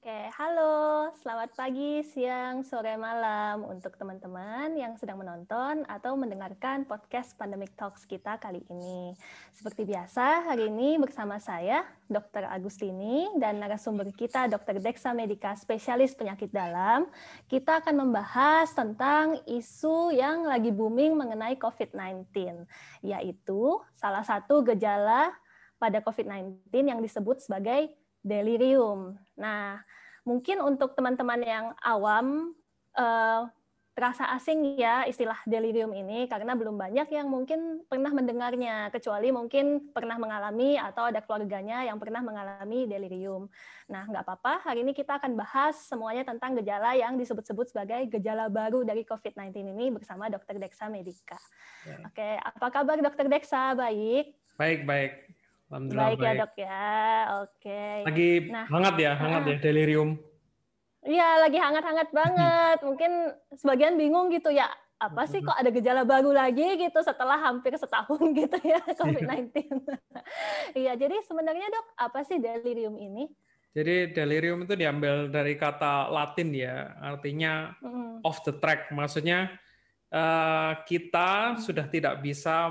Oke, halo, selamat pagi, siang, sore, malam untuk teman-teman yang sedang menonton atau mendengarkan podcast Pandemic Talks kita kali ini. Seperti biasa, hari ini bersama saya, Dr. Agustini, dan narasumber kita, Dr. Dexa Medika, spesialis penyakit dalam. Kita akan membahas tentang isu yang lagi booming mengenai COVID-19, yaitu salah satu gejala pada COVID-19 yang disebut sebagai delirium. Nah, mungkin untuk teman-teman yang awam terasa asing ya istilah delirium ini karena belum banyak yang mungkin pernah mendengarnya, kecuali mungkin pernah mengalami atau ada keluarganya yang pernah mengalami delirium. Nah, nggak apa-apa, hari ini kita akan bahas semuanya tentang gejala yang disebut-sebut sebagai gejala baru dari COVID-19 ini bersama Dr. Dexa Medika. Oke, apa kabar Dr. Dexa? Baik? Baik, baik. Alhamdulillah Baik ya baik. dok ya, oke. Lagi Nah, hangat ya delirium. iya lagi hangat-hangat banget. Mungkin sebagian bingung gitu ya, apa sih kok ada gejala baru lagi gitu setelah hampir setahun gitu ya COVID-19. Iya, jadi sebenarnya dok, apa sih delirium ini? Jadi delirium itu diambil dari kata Latin ya, artinya Mm, off the track. Maksudnya kita mm, sudah tidak bisa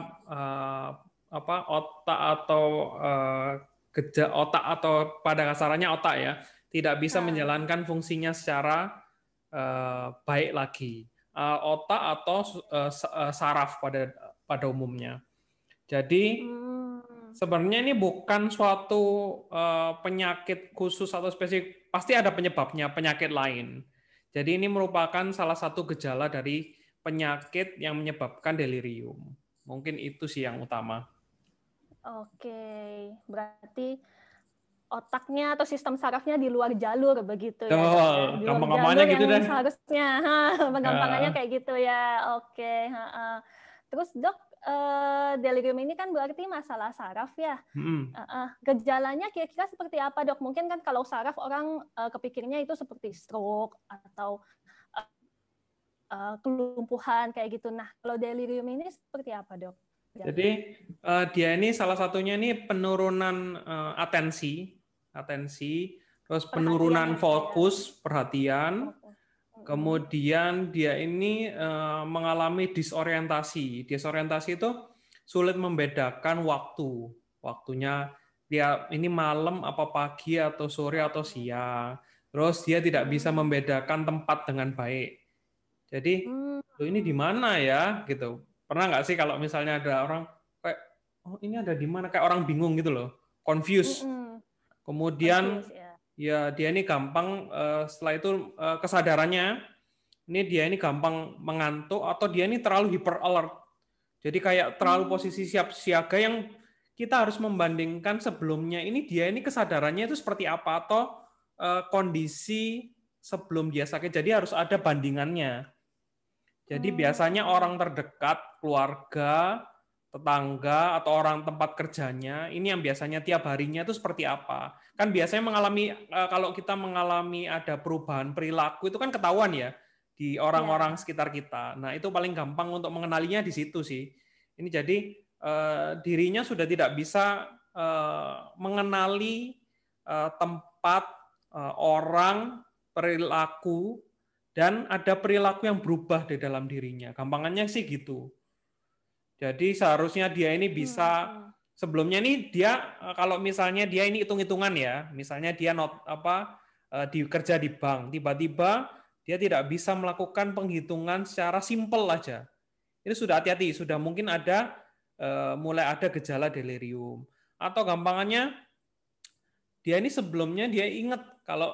otak atau otak atau pada kasarannya otak ya, tidak bisa ah, menjalankan fungsinya secara baik lagi. Otak atau saraf pada umumnya. Jadi mm. sebenarnya ini bukan suatu penyakit khusus atau spesifik, pasti ada penyebabnya, penyakit lain. Jadi ini merupakan salah satu gejala dari penyakit yang menyebabkan delirium. Mungkin itu sih yang utama. Oke, berarti otaknya atau sistem sarafnya di luar jalur begitu ya dok ya, Betul, di luar gampang-gampangnya jalur gitu yang deh. seharusnya penggampangannya Ya. kayak gitu ya. Oke, terus dok, delirium ini kan berarti masalah saraf ya. Mm-mm. Gejalanya kira-kira seperti apa dok? Mungkin kan kalau saraf orang kepikirnya itu seperti stroke atau kelumpuhan kayak gitu. Nah kalau delirium ini seperti apa dok? Jadi dia ini salah satunya ini penurunan atensi, terus Perhatian penurunan ya. fokus, perhatian. Oke. Mm-mm. Kemudian dia ini mengalami disorientasi. Disorientasi itu sulit membedakan waktu. Waktunya dia ini malam apa pagi atau sore atau siang. Terus dia tidak bisa Mm. membedakan tempat dengan baik. Jadi, Mm. lo ini di mana ya gitu. Pernah nggak sih kalau misalnya ada orang kayak oh ini ada di mana kayak orang bingung gitu loh, confused. Mm-mm. Kemudian Confused ya. ya dia ini gampang setelah itu kesadarannya ini dia ini gampang mengantuk atau dia ini terlalu hyper alert. Jadi kayak terlalu posisi Hmm. siap siaga yang kita harus membandingkan sebelumnya ini dia ini kesadarannya itu seperti apa atau kondisi sebelum dia sakit. Jadi harus ada bandingannya. Jadi biasanya Hmm. orang terdekat, keluarga, tetangga, atau orang tempat kerjanya, ini yang biasanya tiap harinya itu seperti apa. Kan biasanya mengalami, kalau kita mengalami ada perubahan perilaku, itu kan ketahuan ya, di orang-orang Ya. sekitar kita. Nah, itu paling gampang untuk mengenalinya di situ sih. Ini jadi dirinya sudah tidak bisa mengenali tempat, orang, perilaku, dan ada perilaku yang berubah di dalam dirinya. Gampangannya sih gitu. Jadi seharusnya dia ini bisa Hmm. sebelumnya nih dia kalau misalnya dia ini hitung-hitungan ya, misalnya dia di kerja di bank, tiba-tiba dia tidak bisa melakukan penghitungan secara simpel aja. Ini sudah hati-hati, sudah mungkin ada mulai ada gejala delirium. Atau gampangannya dia ini sebelumnya dia ingat kalau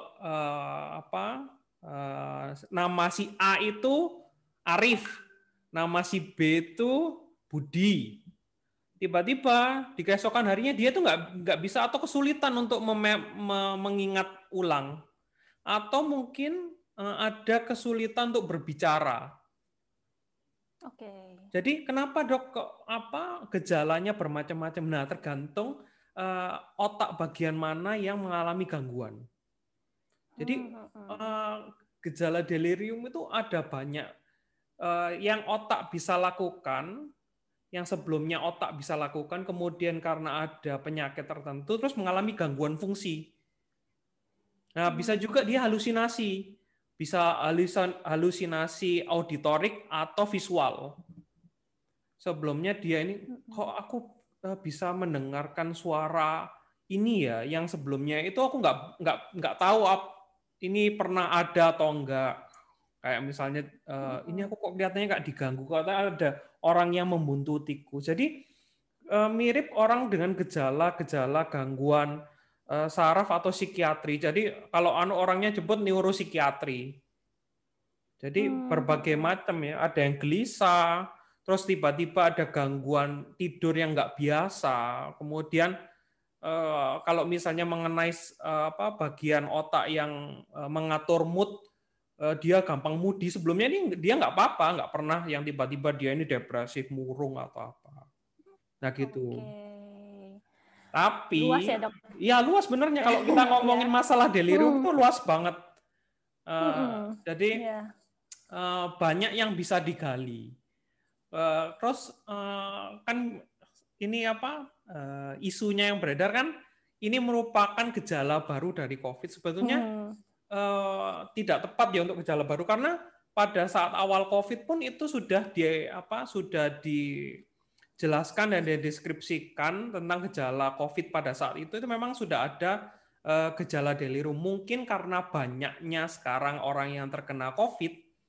nama si A itu Arif, nama si B itu Budi. Tiba-tiba di keesokan harinya dia tuh nggak bisa atau kesulitan untuk mengingat ulang atau mungkin ada kesulitan untuk berbicara. Oke. Jadi kenapa dok kok apa gejalanya bermacam-macam? Nah tergantung otak bagian mana yang mengalami gangguan. Hmm. Jadi Hmm. gejala delirium itu ada banyak yang otak bisa lakukan, yang sebelumnya otak bisa lakukan, kemudian karena ada penyakit tertentu terus mengalami gangguan fungsi. Nah, bisa juga dia halusinasi. Bisa halusinasi auditorik atau visual. Sebelumnya dia ini, kok aku bisa mendengarkan suara ini ya, yang sebelumnya itu aku nggak tahu ini pernah ada atau enggak. Kayak misalnya ini aku kok kelihatannya nggak diganggu, kok ada orang yang membuntutiku. Jadi mirip orang dengan gejala-gejala gangguan saraf atau psikiatri. Jadi kalau orangnya jemput neuropsikiatri. Jadi berbagai macam ya, ada yang gelisah, terus tiba-tiba ada gangguan tidur yang nggak biasa, kemudian kalau misalnya mengenai bagian otak yang mengatur mood, dia gampang moody. Sebelumnya ini dia nggak apa-apa, nggak pernah yang tiba-tiba dia ini depresif, murung atau apa. Nah gitu. Luas Tapi ya, Dok? ya luas benernya kalau kita ngomongin Ya. masalah delirium itu luas banget. Jadi Ya. banyak yang bisa digali. Terus kan ini apa isunya yang beredar kan ini merupakan gejala baru dari COVID. Sebetulnya tidak tepat ya untuk gejala baru karena pada saat awal COVID pun itu sudah dijelaskan dan dideskripsikan tentang gejala COVID pada saat itu memang sudah ada gejala delirium. Mungkin karena banyaknya sekarang orang yang terkena COVID,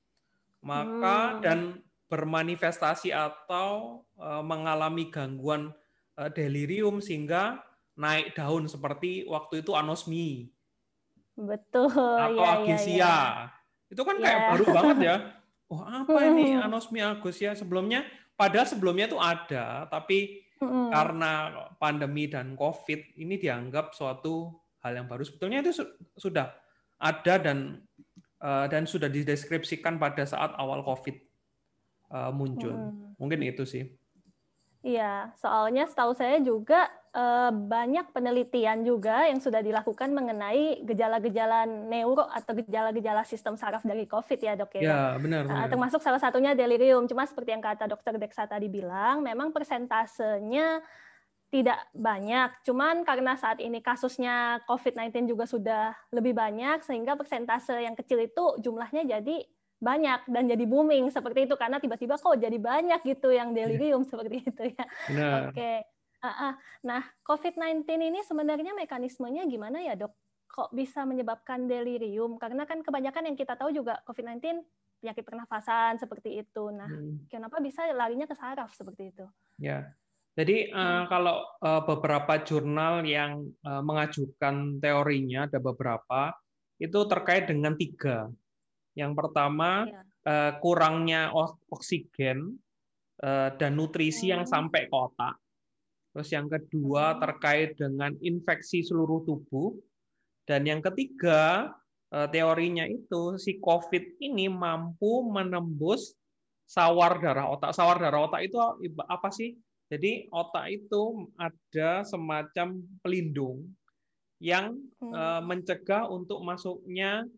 maka dan bermanifestasi atau mengalami gangguan delirium sehingga naik daun seperti waktu itu anosmi Betul, atau ya, ya, ya. agesia. Itu kan kayak Ya. baru banget ya. Oh, apa ini anosmi agesia? Padahal sebelumnya itu ada, tapi karena pandemi dan COVID ini dianggap suatu hal yang baru. Sebetulnya itu sudah ada dan sudah dideskripsikan pada saat awal COVID muncul. Mungkin itu sih. Iya, soalnya setahu saya juga banyak penelitian juga yang sudah dilakukan mengenai gejala-gejala neuro atau gejala-gejala sistem saraf dari COVID ya, Dok ya. Ya, benar. Termasuk salah satunya delirium. Cuma seperti yang kata Dokter Deksa tadi bilang, memang persentasenya tidak banyak. Cuman karena saat ini kasusnya COVID-19 juga sudah lebih banyak, sehingga persentase yang kecil itu jumlahnya jadi banyak dan jadi booming seperti itu karena tiba-tiba kok jadi banyak gitu yang delirium seperti itu ya. Benar. Oke. Nah, COVID-19 ini sebenarnya mekanismenya gimana ya, Dok? Kok bisa menyebabkan delirium? Karena kan kebanyakan yang kita tahu juga COVID-19 penyakit pernafasan seperti itu. Nah, kenapa bisa larinya ke saraf seperti itu? Ya. Jadi kalau beberapa jurnal yang mengajukan teorinya ada beberapa itu terkait dengan 3. Yang pertama kurangnya oksigen dan nutrisi yang sampai ke otak. Terus yang kedua terkait dengan infeksi seluruh tubuh. Dan yang ketiga teorinya itu si COVID ini mampu menembus sawar darah otak. Sawar darah otak itu apa sih? Jadi otak itu ada semacam pelindung yang mencegah untuk masuknya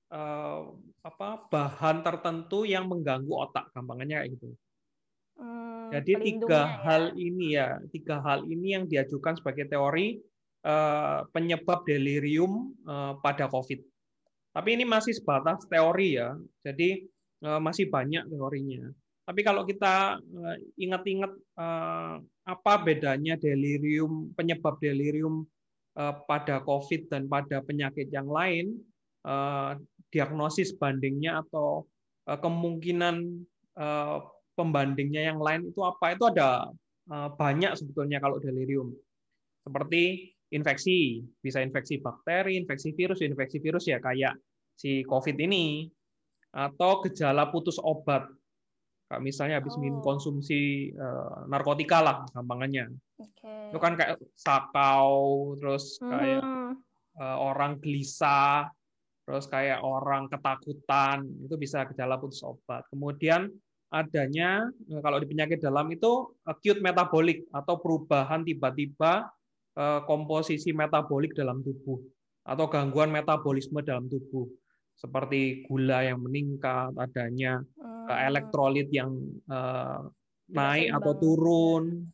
bahan tertentu yang mengganggu otak, gampangannya kayak gitu. Jadi 3 hal ini yang diajukan sebagai teori penyebab delirium pada COVID. Tapi ini masih sebatas teori ya, jadi masih banyak teorinya. Tapi kalau kita ingat-ingat apa bedanya penyebab delirium pada COVID dan pada penyakit yang lain, diagnosis bandingnya atau kemungkinan pembandingnya yang lain itu apa? Itu ada banyak sebetulnya kalau delirium. Seperti infeksi, bisa infeksi bakteri, infeksi virus ya kayak si COVID ini, atau gejala putus obat. Kayak misalnya habis minum konsumsi narkotika lah gampangannya. Itu kan kayak sakau, terus kayak orang gelisah, terus kayak orang ketakutan, itu bisa gejala putus obat. Kemudian adanya kalau di penyakit dalam itu acute metabolic atau perubahan tiba-tiba komposisi metabolik dalam tubuh atau gangguan metabolisme dalam tubuh seperti gula yang meningkat, adanya elektrolit yang naik atau turun.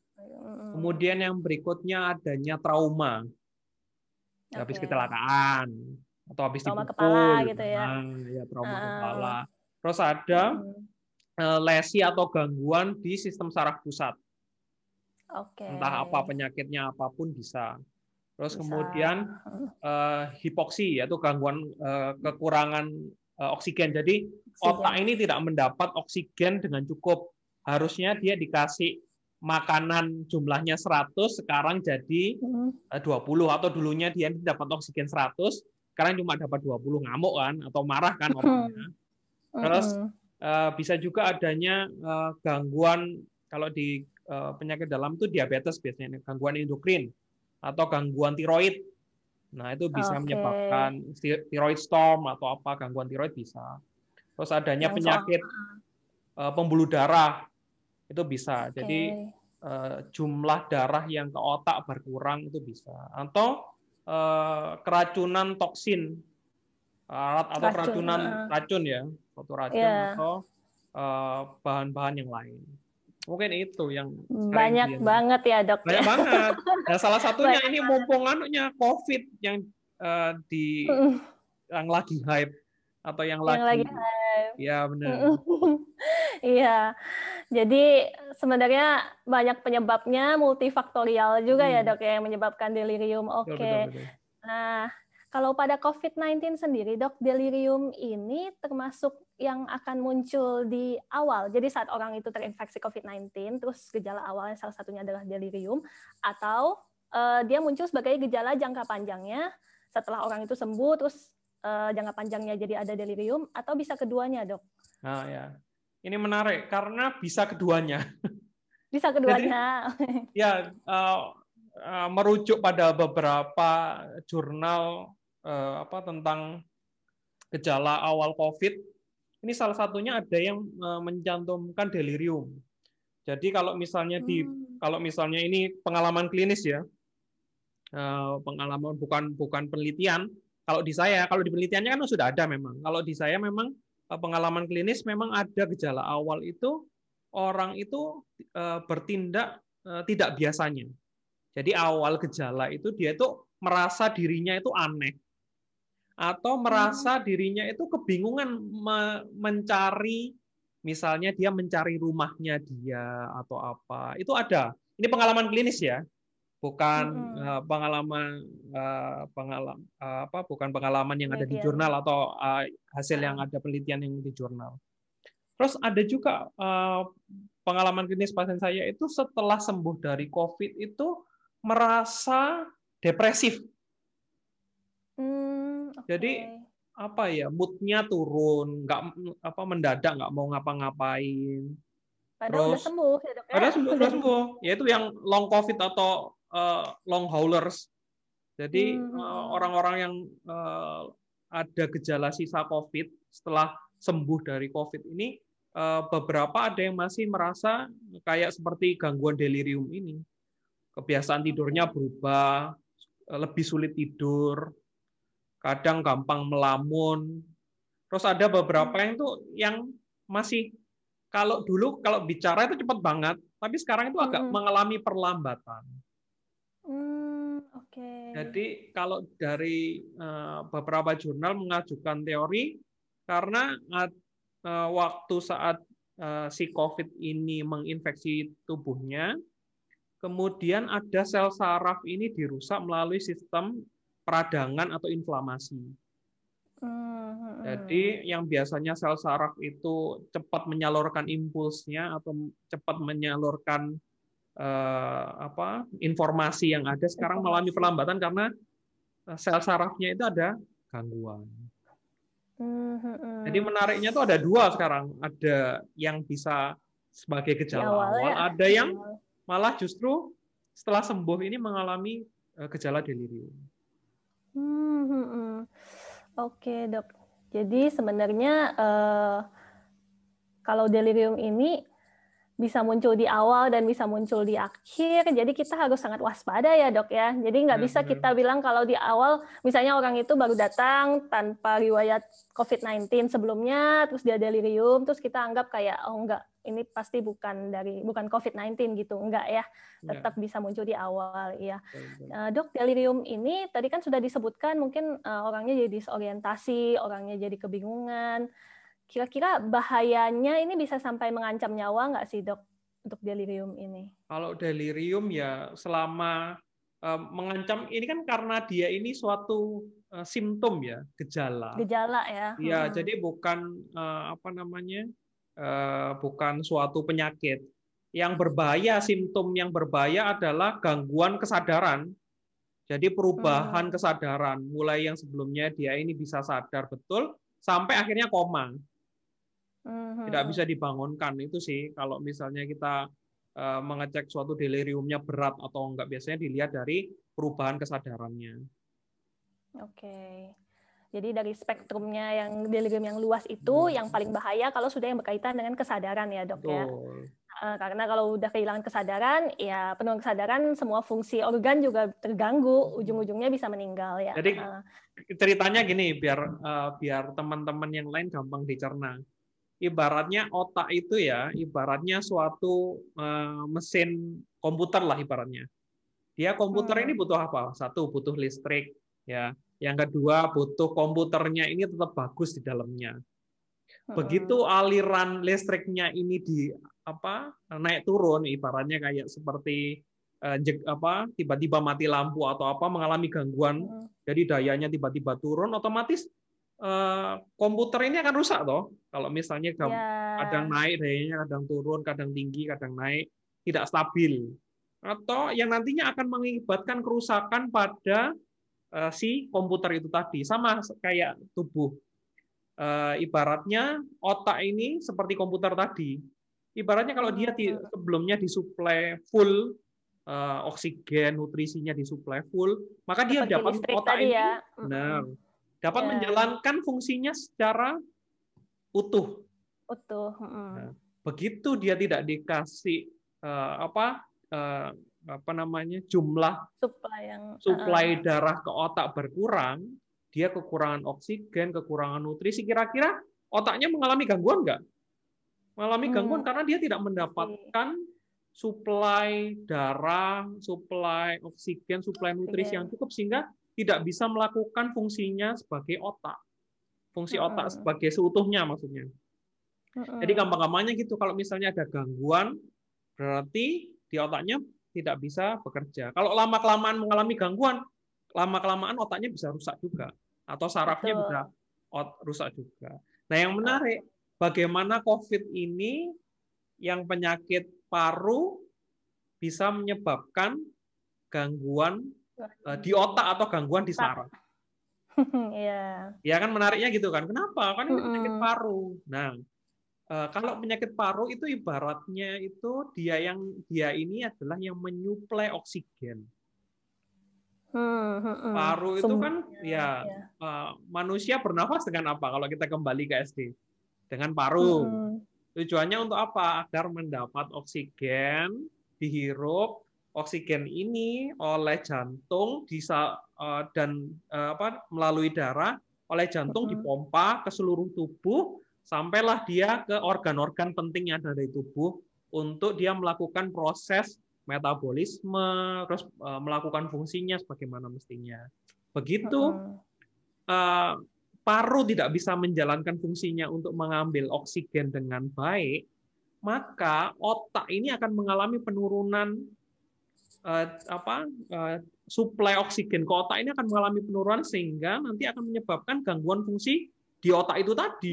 Kemudian yang berikutnya adanya trauma habis kecelakaan atau habis trauma dipukul, kepala gitu ya. ya trauma Uh, kepala. Terus ada mm, lesi atau gangguan di sistem saraf pusat. Oke, Entah apa penyakitnya apapun bisa. Terus bisa. kemudian hipoksi, yaitu gangguan kekurangan oksigen. Jadi otak Oksigen. ini tidak mendapat oksigen dengan cukup. Harusnya dia dikasih makanan jumlahnya 100, sekarang jadi 20. Atau dulunya dia dapat oksigen 100, sekarang cuma dapat 20. Ngamuk kan, atau marah kan orangnya. Terus bisa juga adanya gangguan, kalau di penyakit dalam itu diabetes biasanya, gangguan endokrin atau gangguan tiroid. Nah, itu bisa Oke. menyebabkan tiroid storm atau apa, gangguan tiroid bisa. Terus adanya Yang soal. penyakit pembuluh darah, itu bisa. Oke. Jadi jumlah darah yang ke otak berkurang itu bisa. Atau keracunan toksin atau keracunan racun ya, suatu racun atau bahan-bahan yang lain. Mungkin itu yang sering banyak banget ya dok. Banyak banget. Nah, salah satunya ini mumpung anunya COVID yang yang lagi hype atau yang lagi hype. Ya benar. Iya. Jadi sebenarnya banyak penyebabnya, multifaktorial juga ya dok ya yang menyebabkan delirium. Oke. Betul. Nah, kalau pada COVID-19 sendiri, dok, delirium ini termasuk yang akan muncul di awal. Jadi saat orang itu terinfeksi COVID-19, terus gejala awalnya salah satunya adalah delirium, atau dia muncul sebagai gejala jangka panjangnya setelah orang itu sembuh, terus jangka panjangnya jadi ada delirium, atau bisa keduanya, dok? Nah ya, ini menarik karena bisa keduanya. Bisa keduanya. Jadi, ya, merujuk pada beberapa jurnal tentang gejala awal COVID, ini salah satunya ada yang mencantumkan delirium. Jadi kalau misalnya ini pengalaman klinis ya, pengalaman bukan penelitian. Kalau di penelitiannya kan sudah ada memang. Kalau di saya memang pengalaman klinis memang ada gejala awal itu orang itu bertindak tidak biasanya. Jadi awal gejala itu dia itu merasa dirinya itu aneh atau merasa dirinya itu kebingungan mencari, misalnya dia mencari rumahnya dia atau apa. Itu ada. Ini pengalaman klinis ya. Bukan bukan pengalaman yang ada di jurnal atau hasil yang ada penelitian yang di jurnal. Terus ada juga pengalaman klinis pasien saya itu setelah sembuh dari COVID itu merasa depresif. Jadi moodnya turun, mendadak nggak mau ngapa-ngapain. Padahal udah sembuh ya dok ya? Padahal udah sembuh. Yaitu yang long COVID atau long haulers. Jadi orang-orang yang ada gejala sisa COVID setelah sembuh dari COVID ini, beberapa ada yang masih merasa kayak seperti gangguan delirium ini. Kebiasaan tidurnya berubah, lebih sulit tidur, kadang gampang melamun. Terus ada beberapa yang masih, kalau dulu kalau bicara itu cepat banget, tapi sekarang itu agak mengalami perlambatan. Jadi kalau dari beberapa jurnal mengajukan teori, karena waktu saat si COVID ini menginfeksi tubuhnya, kemudian ada sel saraf ini dirusak melalui sistem peradangan atau inflamasi. Jadi yang biasanya sel saraf itu cepat menyalurkan impulsnya atau cepat menyalurkan informasi yang ada, sekarang mengalami perlambatan karena sel sarafnya itu ada gangguan. Jadi menariknya itu ada dua sekarang, ada yang bisa sebagai gejala awal, ada yang malah justru setelah sembuh ini mengalami gejala delirium. Oke dok, jadi sebenarnya kalau delirium ini bisa muncul di awal dan bisa muncul di akhir, jadi kita harus sangat waspada ya dok ya. Jadi nggak bisa kita bilang kalau di awal, misalnya orang itu baru datang tanpa riwayat COVID-19 sebelumnya, terus dia delirium, terus kita anggap kayak, oh ini pasti bukan COVID-19 gitu, enggak ya, tetap Ya. bisa muncul di awal ya. Betul. Dok, delirium ini tadi kan sudah disebutkan mungkin orangnya jadi disorientasi, orangnya jadi kebingungan. Kira-kira bahayanya ini bisa sampai mengancam nyawa nggak sih, Dok, untuk delirium ini? Kalau delirium ya selama mengancam ini kan karena dia ini suatu simptom ya, gejala. Gejala ya. Iya, jadi bukan apa namanya, bukan suatu penyakit. Yang berbahaya, simptom yang berbahaya adalah gangguan kesadaran. Jadi perubahan kesadaran, mulai yang sebelumnya dia ini bisa sadar betul, sampai akhirnya koma. Tidak bisa dibangunkan. Itu sih, kalau misalnya kita mengecek suatu deliriumnya berat atau enggak, biasanya dilihat dari perubahan kesadarannya. Oke. Jadi dari spektrumnya yang delirium yang luas itu yang paling bahaya kalau sudah yang berkaitan dengan kesadaran ya, Dok. Ya. Karena kalau udah kehilangan kesadaran, ya penuh kesadaran, semua fungsi organ juga terganggu, ujung-ujungnya bisa meninggal ya. Jadi ceritanya gini, biar teman-teman yang lain gampang dicerna. Ibaratnya otak itu ya, ibaratnya suatu mesin komputer lah ibaratnya. Dia komputer ini butuh apa? Satu, butuh listrik, ya. Yang kedua, butuh komputernya ini tetap bagus di dalamnya. Begitu aliran listriknya ini naik turun, ibaratnya kayak seperti tiba-tiba mati lampu atau apa, mengalami gangguan, jadi dayanya tiba-tiba turun, otomatis komputer ini akan rusak toh. Kalau misalnya kadang naik dayanya, kadang turun, kadang tinggi, kadang naik, tidak stabil. Atau yang nantinya akan mengakibatkan kerusakan pada si komputer itu tadi. Sama kayak tubuh. Ibaratnya otak ini seperti komputer tadi. Ibaratnya kalau dia sebelumnya disuplai full oksigen, nutrisinya disuplai full, maka dia dapat otak ini dapat menjalankan fungsinya secara utuh. Nah, begitu dia tidak dikasih jumlah suplai darah ke otak berkurang, dia kekurangan oksigen, kekurangan nutrisi, kira-kira otaknya mengalami gangguan nggak? Mengalami gangguan karena dia tidak mendapatkan suplai darah, suplai oksigen, suplai nutrisi yang cukup, sehingga tidak bisa melakukan fungsinya sebagai otak. Fungsi otak sebagai seutuhnya maksudnya. Jadi gampang-gampangnya gitu, kalau misalnya ada gangguan, berarti di otaknya tidak bisa bekerja. Kalau lama-kelamaan mengalami gangguan, lama-kelamaan otaknya bisa rusak juga. Atau sarafnya bisa rusak juga. Nah, yang menarik, bagaimana COVID ini yang penyakit paru bisa menyebabkan gangguan di otak atau gangguan di saraf. Ya kan menariknya gitu kan. Kenapa? Kan ini penyakit paru. Nah, kalau penyakit paru itu ibaratnya itu dia ini adalah yang menyuplai oksigen. Paru itu kan ya manusia bernafas dengan apa? Kalau kita kembali ke SD, dengan paru. Tujuannya untuk apa? Agar mendapat oksigen, dihirup. Oksigen ini oleh jantung dan melalui darah oleh jantung dipompa ke seluruh tubuh, sampailah dia ke organ-organ penting yang ada di tubuh untuk dia melakukan proses metabolisme, terus melakukan fungsinya sebagaimana mestinya. Begitu paru tidak bisa menjalankan fungsinya untuk mengambil oksigen dengan baik, maka otak ini akan mengalami penurunan suplai oksigen ke otak ini akan mengalami penurunan, sehingga nanti akan menyebabkan gangguan fungsi di otak itu tadi.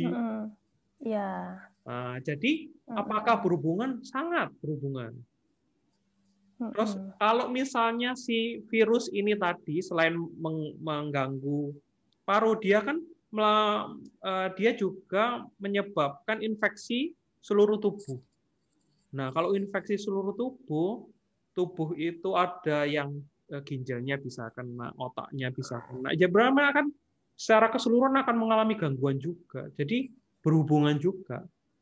Nah, jadi apakah berhubungan? Sangat berhubungan. Terus kalau misalnya si virus ini tadi selain mengganggu paru, dia kan dia juga menyebabkan infeksi seluruh tubuh. Nah, kalau infeksi seluruh tubuh itu ada yang ginjalnya bisa kena, otaknya bisa kena. Ya berarti akan secara keseluruhan akan mengalami gangguan juga. Jadi berhubungan juga.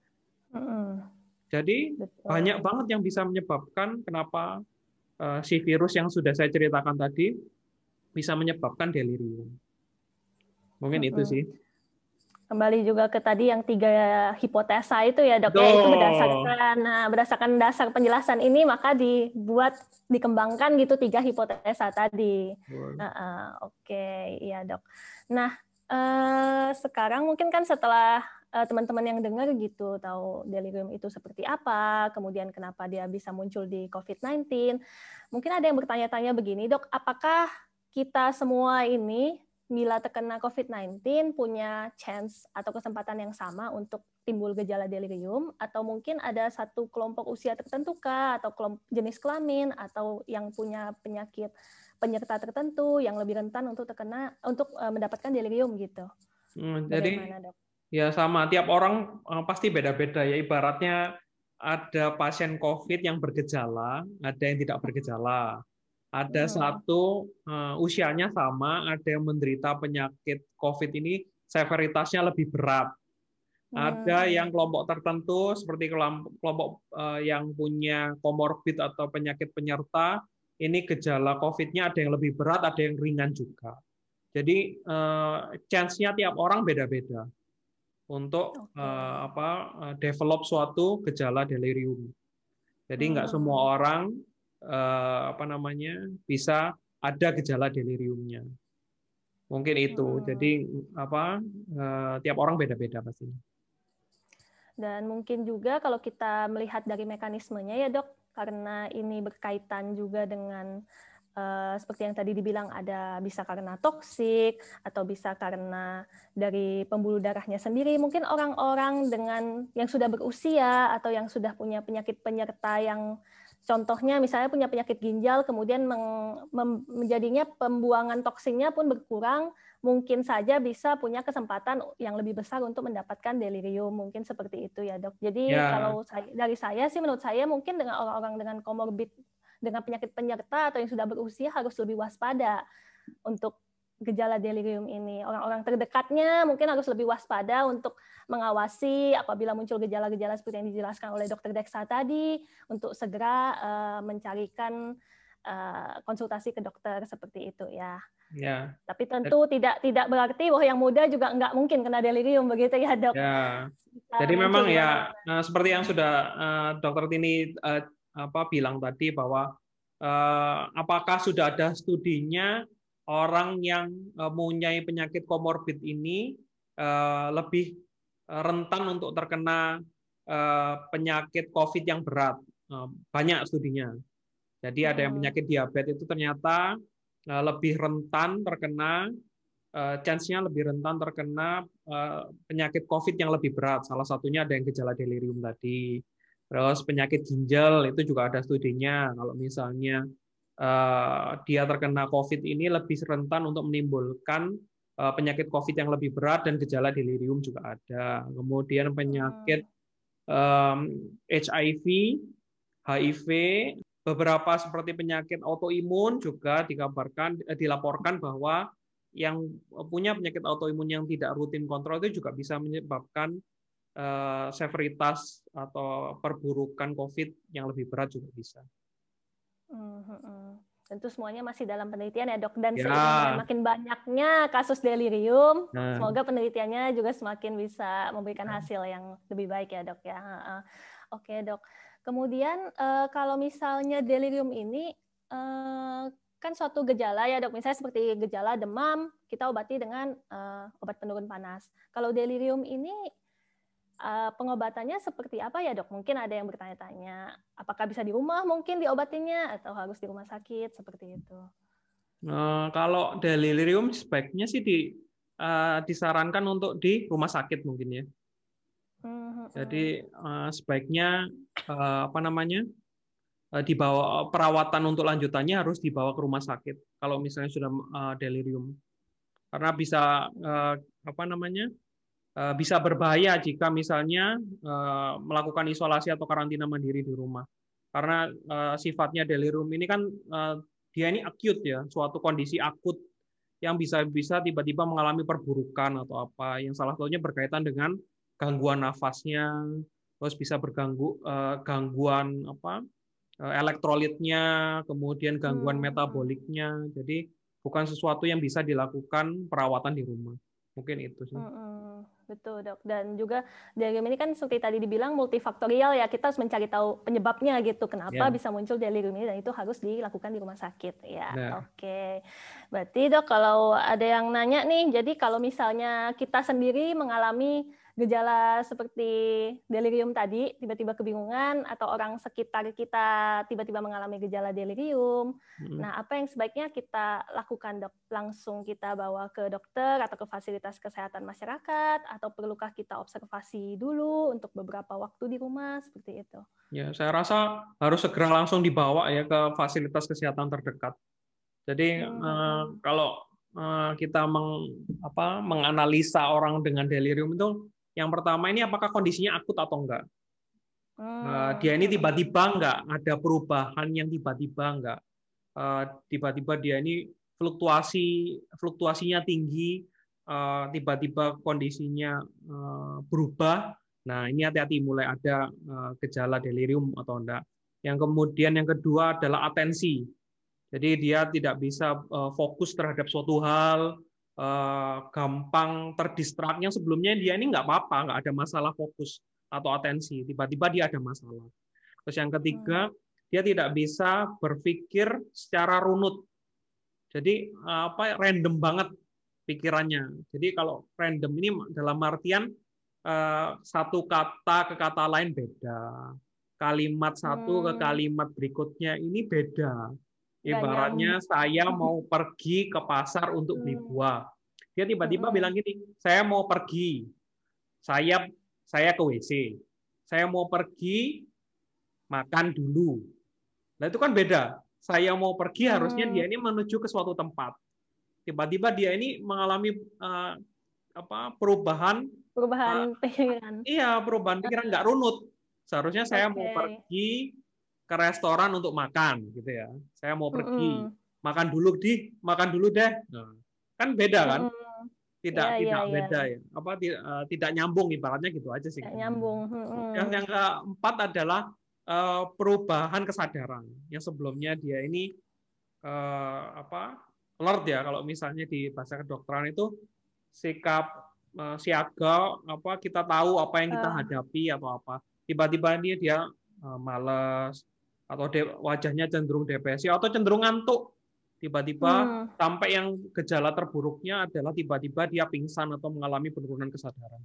Jadi banyak banget yang bisa menyebabkan kenapa si virus yang sudah saya ceritakan tadi bisa menyebabkan delirium. Mungkin itu sih. Kembali juga ke tadi yang 3 hipotesa itu ya dok ya, itu Betul. berdasarkan dasar penjelasan ini maka dikembangkan gitu 3 hipotesa tadi. Betul. Oke, iya dok. Nah sekarang mungkin kan setelah teman-teman yang dengar gitu tahu delirium itu seperti apa, kemudian kenapa dia bisa muncul di COVID-19, mungkin ada yang bertanya-tanya begini dok, apakah kita semua ini bila terkena COVID-19 punya chance atau kesempatan yang sama untuk timbul gejala delirium, atau mungkin ada satu kelompok usia tertentu kah, atau jenis kelamin, atau yang punya penyakit penyerta tertentu yang lebih rentan untuk mendapatkan delirium gitu. Jadi Bagaimana dok? ya sama, tiap orang pasti beda-beda ya. Ibaratnya ada pasien COVID yang bergejala, ada yang tidak bergejala. Ada satu usianya sama, ada yang menderita penyakit COVID ini severitasnya lebih berat. Ada yang kelompok tertentu seperti kelompok yang punya komorbid atau penyakit penyerta, ini gejala COVID-nya ada yang lebih berat, ada yang ringan juga. Jadi chance-nya tiap orang beda-beda untuk develop suatu gejala delirium. Jadi nggak semua orang bisa ada gejala deliriumnya. Mungkin itu. Jadi tiap orang beda-beda pastinya. Dan mungkin juga kalau kita melihat dari mekanismenya ya dok, karena ini berkaitan juga dengan seperti yang tadi dibilang bisa karena toksik atau bisa karena dari pembuluh darahnya sendiri. Mungkin orang-orang yang sudah berusia atau yang sudah punya penyakit penyerta yang contohnya misalnya punya penyakit ginjal, kemudian menjadinya pembuangan toksinnya pun berkurang, mungkin saja bisa punya kesempatan yang lebih besar untuk mendapatkan delirium. Mungkin seperti itu ya dok. Jadi kalau dari saya sih, menurut saya mungkin dengan orang-orang dengan komorbid, dengan penyakit penyerta atau yang sudah berusia harus lebih waspada untuk gejala delirium ini. Orang-orang terdekatnya mungkin harus lebih waspada untuk mengawasi apabila muncul gejala-gejala seperti yang dijelaskan oleh Dr. Deksa tadi, untuk segera mencarikan konsultasi ke dokter seperti itu ya. Ya. Tapi tentu tidak berarti bahwa yang muda juga nggak mungkin kena delirium begitu ya dok. Ya. Jadi memang ya seperti yang sudah Dokter Tini bilang tadi bahwa apakah sudah ada studinya orang yang mempunyai penyakit komorbid ini lebih rentan untuk terkena penyakit COVID yang berat. Banyak studinya. Jadi ada yang penyakit diabetes itu ternyata lebih rentan terkena, chance-nya lebih rentan terkena penyakit COVID yang lebih berat. Salah satunya ada yang gejala delirium tadi. Terus penyakit ginjal itu juga ada studinya. Kalau misalnya dia terkena COVID ini lebih rentan untuk menimbulkan penyakit COVID yang lebih berat dan gejala delirium juga ada. Kemudian penyakit HIV, HIV, beberapa seperti penyakit autoimun juga dilaporkan bahwa yang punya penyakit autoimun yang tidak rutin kontrol itu juga bisa menyebabkan severitas atau perburukan COVID yang lebih berat juga bisa. Tentu semuanya masih dalam penelitian ya dok, dan seiring dengan makin banyaknya kasus delirium, semoga penelitiannya juga semakin bisa memberikan hasil yang lebih baik ya dok ya. Oke dok. Kemudian kalau misalnya delirium ini kan suatu gejala ya dok, misalnya seperti gejala demam, kita obati dengan obat penurun panas. Kalau delirium ini pengobatannya seperti apa ya dok? Mungkin ada yang bertanya-tanya, apakah bisa di rumah mungkin diobatinya atau harus di rumah sakit seperti itu? Kalau delirium sebaiknya sih disarankan untuk di rumah sakit mungkin ya. Jadi sebaiknya dibawa perawatan untuk lanjutannya harus dibawa ke rumah sakit kalau misalnya sudah delirium, karena bisa bisa berbahaya jika misalnya melakukan isolasi atau karantina mandiri di rumah. Karena sifatnya delirium ini kan dia ini akut ya, suatu kondisi akut yang bisa tiba-tiba mengalami perburukan atau apa, yang salah satunya berkaitan dengan gangguan nafasnya, terus bisa gangguan elektrolitnya, kemudian gangguan metaboliknya. Jadi bukan sesuatu yang bisa dilakukan perawatan di rumah. Mungkin itu sih. betul dok. Dan juga delirium ini kan seperti tadi dibilang multifaktorial ya, kita harus mencari tahu penyebabnya gitu, kenapa bisa muncul delirium ini, dan itu harus dilakukan di rumah sakit ya. Nah, Oke, berarti dok kalau ada yang nanya nih, jadi kalau misalnya kita sendiri mengalami gejala seperti delirium tadi, tiba-tiba kebingungan, atau orang sekitar kita tiba-tiba mengalami gejala delirium, nah apa yang sebaiknya kita lakukan dok? Langsung kita bawa ke dokter atau ke fasilitas kesehatan masyarakat, atau perlukah kita observasi dulu untuk beberapa waktu di rumah, seperti itu? ya, saya rasa harus segera langsung dibawa ya ke fasilitas kesehatan terdekat. Jadi kalau kita menganalisa orang dengan delirium itu, yang pertama ini apakah kondisinya akut atau enggak. Dia ini tiba-tiba enggak ada perubahan yang tiba-tiba enggak. Tiba-tiba dia ini fluktuasinya tinggi, tiba-tiba kondisinya berubah. Nah, ini hati-hati mulai ada gejala delirium atau enggak. Yang kemudian yang kedua adalah atensi. Jadi dia tidak bisa fokus terhadap suatu hal, gampang terdistraknya. Sebelumnya dia ini nggak apa-apa, nggak ada masalah fokus atau atensi. Tiba-tiba dia ada masalah. Terus yang ketiga, dia tidak bisa berpikir secara runut. Jadi random banget pikirannya. Jadi kalau random ini dalam artian satu kata ke kata lain beda. Kalimat satu ke kalimat berikutnya ini beda. Ibaratnya saya mau pergi ke pasar untuk beli buah. Dia tiba-tiba bilang gini, saya mau pergi, saya ke WC, saya mau pergi makan dulu. Nah itu kan beda. Saya mau pergi harusnya dia ini menuju ke suatu tempat. Tiba-tiba dia ini mengalami perubahan pikiran. Iya, perubahan pikiran nggak runut. Seharusnya saya mau pergi ke restoran untuk makan, gitu ya. Saya mau pergi, makan dulu deh. Nah, kan beda kan? Tidak beda ya. Tidak nyambung ibaratnya gitu aja sih. Tidak nyambung. Yang keempat adalah perubahan kesadaran. Yang sebelumnya dia ini alert ya, kalau misalnya di bahasa kedokteran itu sikap siaga, kita tahu apa yang kita hadapi atau apa. Tiba-tiba ini dia malas, atau wajahnya cenderung depresi atau cenderung ngantuk. Tiba-tiba sampai yang gejala terburuknya adalah tiba-tiba dia pingsan atau mengalami penurunan kesadaran.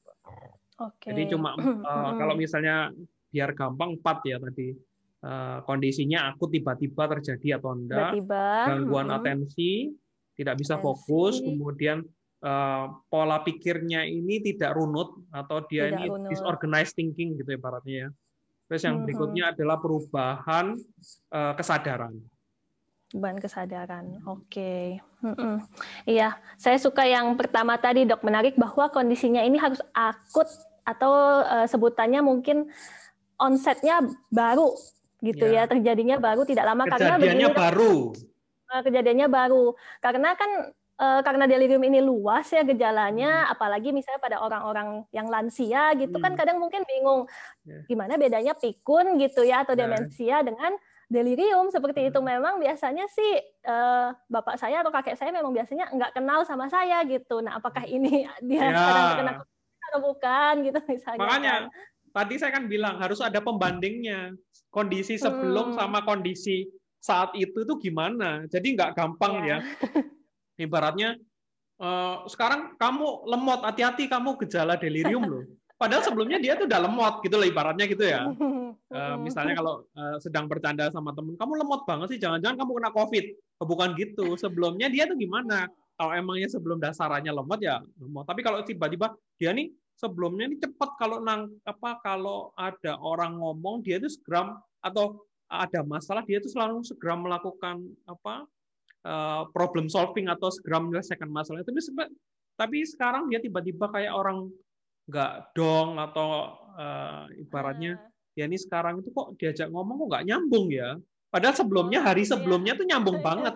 Jadi cuma kalau misalnya biar gampang 4 ya tadi, kondisinya akut tiba-tiba terjadi atau enggak, gangguan atensi, tidak bisa fokus, kemudian pola pikirnya ini tidak runut atau dia ini disorganized thinking gitu ibaratnya ya. Terus yang berikutnya adalah perubahan kesadaran. Perubahan kesadaran, oke. Iya, saya suka yang pertama tadi dok, menarik bahwa kondisinya ini harus akut atau sebutannya mungkin onsetnya baru gitu ya, terjadinya baru tidak lama karena begini. Kejadiannya baru karena kan karena delirium ini luas ya gejalanya, apalagi misalnya pada orang-orang yang lansia gitu kan kadang mungkin bingung gimana bedanya pikun gitu ya atau demensia dengan delirium seperti itu. Memang biasanya sih bapak saya atau kakek saya memang biasanya nggak kenal sama saya gitu. Nah apakah ini dia sekarang terkena atau bukan gitu misalnya. Makanya tadi saya kan bilang harus ada pembandingnya, kondisi sebelum sama kondisi saat itu tuh gimana. Jadi nggak gampang ya. Ibaratnya sekarang kamu lemot, hati-hati kamu gejala delirium loh. Padahal sebelumnya dia tuh udah lemot gitu loh ibaratnya gitu ya. Misalnya kalau sedang bercanda sama temen, kamu lemot banget sih, jangan-jangan kamu kena COVID. Bukan gitu. Sebelumnya dia tuh gimana? Kalau emangnya sebelum dasarannya lemot ya lemot. Tapi kalau tiba-tiba dia nih sebelumnya ini cepat kalau kalau ada orang ngomong dia tuh segera atau ada masalah dia tuh selalu segera melakukan problem solving atau segera menyelesaikan masalah itu. Tapi sekarang dia tiba-tiba kayak orang nggak dong atau ibaratnya ya ini sekarang itu kok diajak ngomong kok nggak nyambung ya. Padahal sebelumnya hari sebelumnya tuh nyambung banget.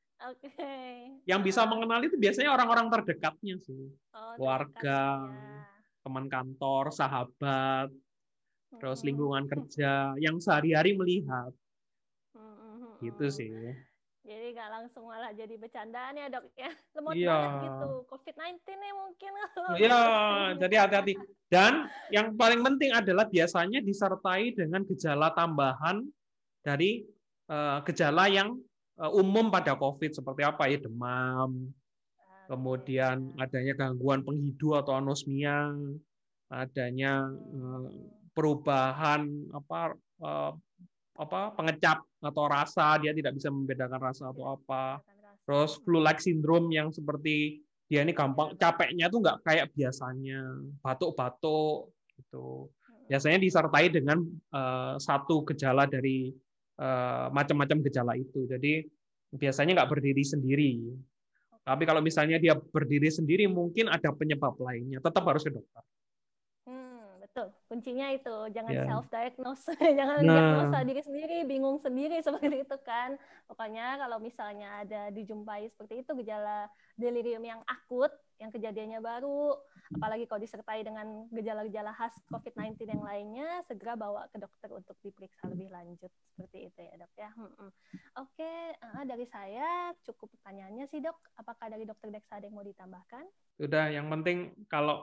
Yang bisa mengenali itu biasanya orang-orang terdekatnya sih, keluarga, teman kantor, sahabat, terus lingkungan kerja yang sehari-hari melihat. Gitu sih. Jadi nggak langsung malah jadi bercandaan ya dok ya. Lemot Iya. banget gitu. COVID-19 nih mungkin kalau Ya, posting. jadi hati-hati. Dan yang paling penting adalah biasanya disertai dengan gejala tambahan dari gejala yang umum pada COVID seperti apa ya, demam, Oke, kemudian ya. adanya gangguan penghidu atau anosmia, adanya perubahan eh, pengecap atau rasa, dia tidak bisa membedakan rasa atau Tidak apa. membedakan rasa. Terus flu-like syndrome yang seperti dia ini Ya, gampang capeknya tuh nggak kayak biasanya, batuk-batuk gitu. Biasanya disertai dengan satu gejala dari macam-macam gejala itu. Jadi biasanya nggak berdiri sendiri. Tapi oke. kalau misalnya dia berdiri sendiri, mungkin ada penyebab lainnya. Tetap harus ke dokter. Betul. Kuncinya itu jangan Ya. self diagnose, jangan Nah, diagnosa diri sendiri, bingung sendiri seperti itu kan. Pokoknya kalau misalnya ada dijumpai seperti itu gejala delirium yang akut, yang kejadiannya baru, apalagi kalau disertai dengan gejala-gejala khas COVID-19 yang lainnya, segera bawa ke dokter untuk diperiksa lebih lanjut. Seperti itu ya dok ya. Oke, dari saya cukup pertanyaannya sih dok. Apakah dari dokter Dexa ada yang mau ditambahkan? sudah. Yang penting kalau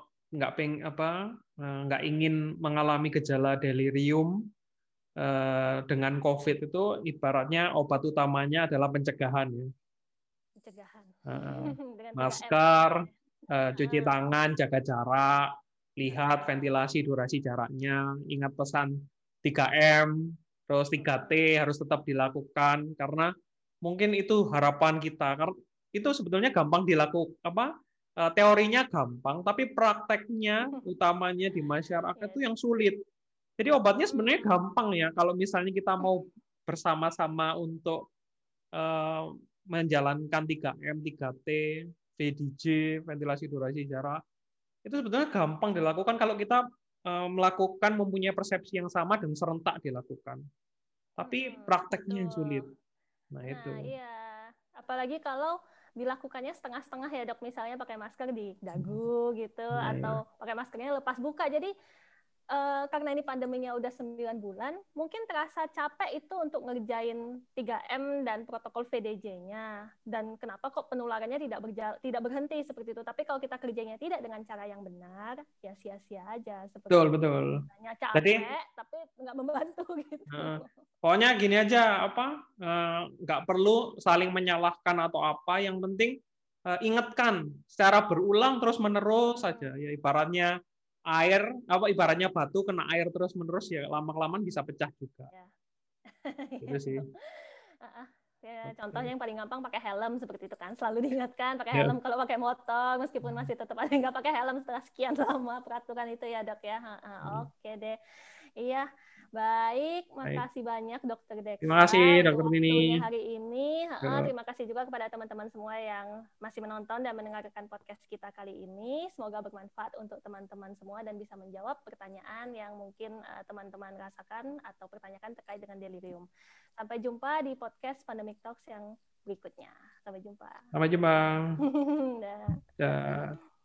nggak ingin mengalami gejala delirium dengan COVID itu, ibaratnya obat utamanya adalah pencegahan ya. Pencegahan Eh, dengan 3M ya Masker, dok ya. cuci tangan, jaga jarak, lihat Jaga. ventilasi durasi jaraknya, ingat pesan 3M, terus 3T harus tetap dilakukan karena mungkin itu harapan kita. Karena itu sebetulnya gampang dilakukan teorinya gampang, tapi prakteknya utamanya di masyarakat Ya itu dok. yang sulit. Jadi obatnya sebenarnya Hmm. gampang ya. Kalau misalnya kita mau bersama-sama untuk eh, menjalankan 3M, 3T, VDJ, ventilasi durasi jarak, itu sebetulnya gampang dilakukan kalau kita melakukan mempunyai persepsi yang sama dan serentak dilakukan. Tapi prakteknya yang sulit. Betul. Nah Nah, itu. iya. Apalagi kalau dilakukannya setengah-setengah ya dok, misalnya pakai masker di dagu gitu, Nah, ya. atau pakai maskernya lepas buka. Jadi karena ini pandeminya udah 9 bulan, mungkin terasa capek itu untuk ngerjain 3M dan protokol VDJ-nya. Dan kenapa kok penularannya tidak berhenti seperti itu. Tapi kalau kita kerjanya tidak dengan cara yang benar, ya sia-sia aja Betul, seperti itu. betul. Hanya Jadi capek, tapi nggak membantu gitu. pokoknya gini aja, nggak perlu saling menyalahkan atau apa. Yang penting ingatkan secara berulang terus menerus saja. Ya ibaratnya air, ibaratnya batu kena air terus menerus ya lama kelamaan bisa pecah juga. Ya. Gitu sih. Ya, contohnya Oke. yang paling gampang pakai helm seperti itu kan, selalu diingatkan pakai Ya. helm kalau pakai motor, meskipun masih tetap ada yang nggak pakai helm setelah sekian lama peraturan itu ya dok ya. Oke deh, iya. Baik, Baik. makasih banyak Dokter Terima Dexa kasih, untuk Dokter Nini. waktunya hari ini. Ya. Terima kasih juga kepada teman-teman semua yang masih menonton dan mendengarkan podcast kita kali ini. Semoga bermanfaat untuk teman-teman semua dan bisa menjawab pertanyaan yang mungkin teman-teman rasakan atau pertanyakan terkait dengan delirium. Sampai jumpa di podcast Pandemic Talks yang berikutnya. Sampai jumpa. Sampai jumpa. Dah. Ya.